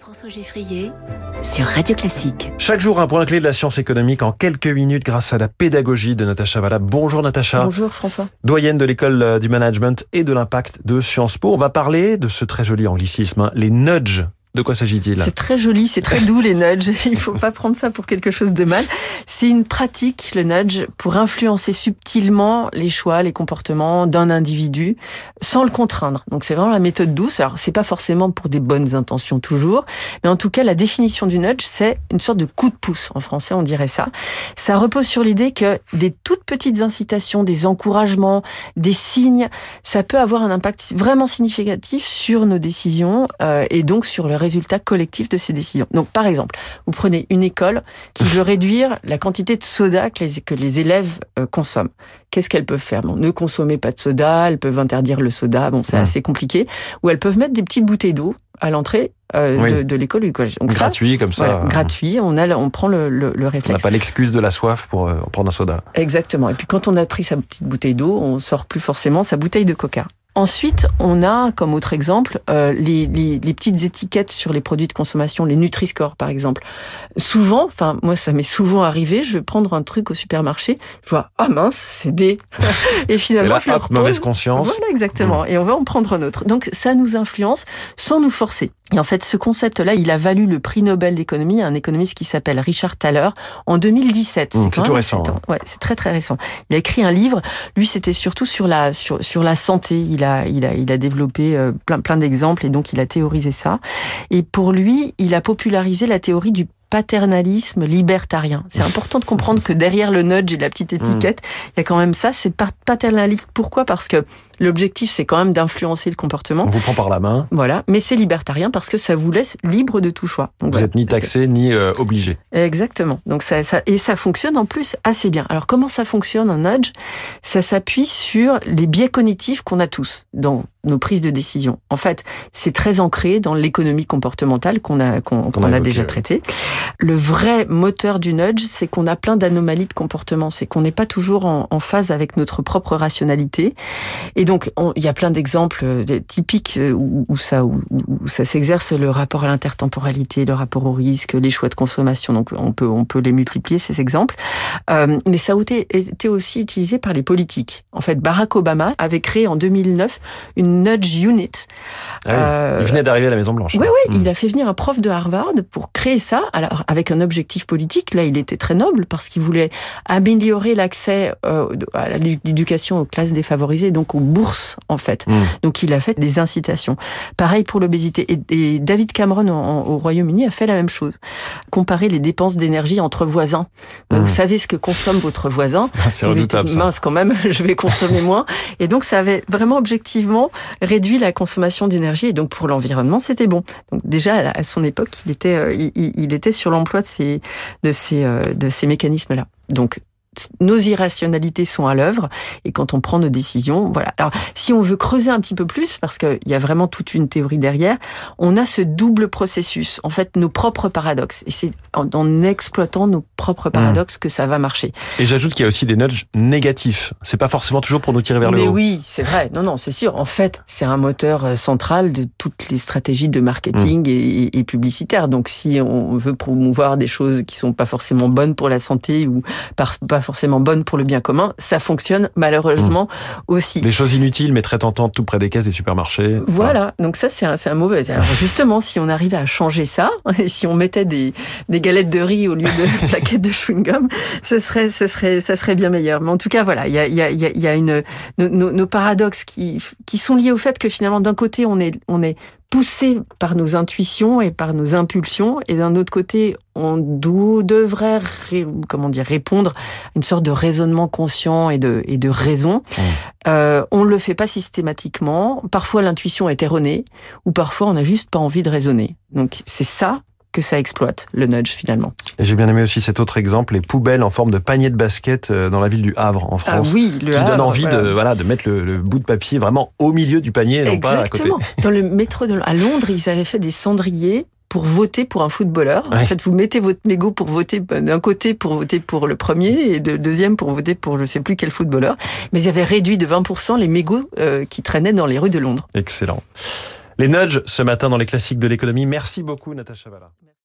François Geffrier sur Radio Classique. Chaque jour, un point clé de la science économique en quelques minutes grâce à la pédagogie de Natacha Valla. Bonjour Natacha. Bonjour François. Doyenne de l'école du management et de l'impact de Sciences Po. On va parler de ce très joli anglicisme, les nudges. De quoi s'agit-il ? C'est très joli, c'est très doux les nudges. Il ne faut pas prendre ça pour quelque chose de mal. C'est une pratique, le nudge, pour influencer subtilement les choix, les comportements d'un individu sans le contraindre. Donc c'est vraiment la méthode douce. Alors c'est pas forcément pour des bonnes intentions toujours, mais en tout cas la définition du nudge, c'est une sorte de coup de pouce. En français, on dirait ça. Ça repose sur l'idée que des toutes petites incitations, des encouragements, des signes, ça peut avoir un impact vraiment significatif sur nos décisions et donc sur le résultat collectif de ces décisions. Donc, par exemple, vous prenez une école qui veut réduire la quantité de soda que les élèves consomment. Qu'est-ce qu'elles peuvent faire ? Bon, ne consommez pas de soda, elles peuvent interdire le soda, bon, c'est assez compliqué. Ou elles peuvent mettre des petites bouteilles d'eau à l'entrée de l'école ou du collège. Donc gratuit, comme ça. Voilà, gratuit, on prend le réflexe. On n'a pas l'excuse de la soif pour prendre un soda. Exactement. Et puis, quand on a pris sa petite bouteille d'eau, on sort plus forcément sa bouteille de coca. Ensuite, on a, comme autre exemple, les petites étiquettes sur les produits de consommation, les Nutri-Score, par exemple. Souvent, enfin, moi, ça m'est souvent arrivé, je vais prendre un truc au supermarché, je vois, ah mince, c'est D. Et finalement, et là, je le repose. Mauvaise conscience. Voilà, exactement. Et on va en prendre un autre. Donc, ça nous influence sans nous forcer. Et en fait, ce concept-là, il a valu le prix Nobel d'économie à un économiste qui s'appelle Richard Thaler en 2017. C'est tout récent. Ouais, c'est très très récent. Il a écrit un livre. Lui, c'était surtout sur la santé. Il a développé plein d'exemples et donc il a théorisé ça. Et pour lui, il a popularisé la théorie du paternalisme libertarien. C'est important de comprendre que derrière le nudge et la petite étiquette, il y a quand même ça, c'est paternaliste. Pourquoi ? Parce que l'objectif, c'est quand même d'influencer le comportement. On vous prend par la main. Voilà, mais c'est libertarien parce que ça vous laisse libre de tout choix. Donc, vous n'êtes ni taxé, ni obligé. Exactement. Donc ça fonctionne en plus assez bien. Alors comment ça fonctionne un nudge ? Ça s'appuie sur les biais cognitifs qu'on a tous dans nos prises de décision. En fait, c'est très ancré dans l'économie comportementale qu'on a déjà traité. Le vrai moteur du nudge, c'est qu'on a plein d'anomalies de comportement. C'est qu'on n'est pas toujours en phase avec notre propre rationalité. Et donc, il y a plein d'exemples typiques où ça s'exerce, le rapport à l'intertemporalité, le rapport au risque, les choix de consommation. Donc, on peut les multiplier, ces exemples. Mais ça a été aussi utilisé par les politiques. En fait, Barack Obama avait créé en 2009 une nudge unit. Il venait d'arriver à la Maison-Blanche. Oui, il a fait venir un prof de Harvard pour créer ça, alors avec un objectif politique. Là, il était très noble parce qu'il voulait améliorer l'accès à l'éducation aux classes défavorisées, donc aux bourses, en fait. Donc, il a fait des incitations. Pareil pour l'obésité. Et David Cameron, au Royaume-Uni, a fait la même chose. Comparer les dépenses d'énergie entre voisins. Vous savez ce que consomme votre voisin. C'est redoutable, ça. Mince, quand même, je vais consommer moins. Et donc, ça avait vraiment objectivement réduit la consommation d'énergie. Et donc, pour l'environnement, c'était bon. Donc, déjà, à son époque, il était sur l'emploi de ces mécanismes-là. Donc, nos irrationalités sont à l'œuvre et quand on prend nos décisions, voilà. Alors, si on veut creuser un petit peu plus, parce qu'il y a vraiment toute une théorie derrière, on a ce double processus, en fait, nos propres paradoxes. Et c'est en exploitant nos propres paradoxes que ça va marcher. Et j'ajoute qu'il y a aussi des nudges négatifs. C'est pas forcément toujours pour nous tirer vers le haut. Mais oui, c'est vrai. Non, c'est sûr. En fait, c'est un moteur central de toutes les stratégies de marketing et publicitaires. Donc, si on veut promouvoir des choses qui sont pas forcément bonnes pour la santé ou pas forcément bonnes pour le bien commun, ça fonctionne malheureusement aussi. Les choses inutiles mais très tentantes tout près des caisses des supermarchés. Voilà, donc ça c'est un mauvais. Alors justement, si on arrivait à changer ça, et si on mettait des galettes de riz au lieu de plaquettes de chewing-gum, ça serait bien meilleur. Mais en tout cas, voilà, il y a nos paradoxes qui sont liés au fait que finalement d'un côté on est poussé par nos intuitions et par nos impulsions, et d'un autre côté, on devrait répondre à une sorte de raisonnement conscient et de raison. On le fait pas systématiquement. Parfois, l'intuition est erronée, ou parfois, on n'a juste pas envie de raisonner. Donc, c'est ça que ça exploite, le nudge, finalement. Et j'ai bien aimé aussi cet autre exemple, les poubelles en forme de panier de basket dans la ville du Havre, en France. Ah oui, le Havre, donne envie de mettre le bout de papier vraiment au milieu du panier, non pas à côté. Dans le métro à Londres, ils avaient fait des cendriers pour voter pour un footballeur. En fait, vous mettez votre mégot pour voter d'un côté pour voter pour le premier et de deuxième pour voter pour je sais plus quel footballeur. Mais ils avaient réduit de 20% les mégots qui traînaient dans les rues de Londres. Excellent. Les nudges ce matin dans les classiques de l'économie. Merci beaucoup Natacha Valla.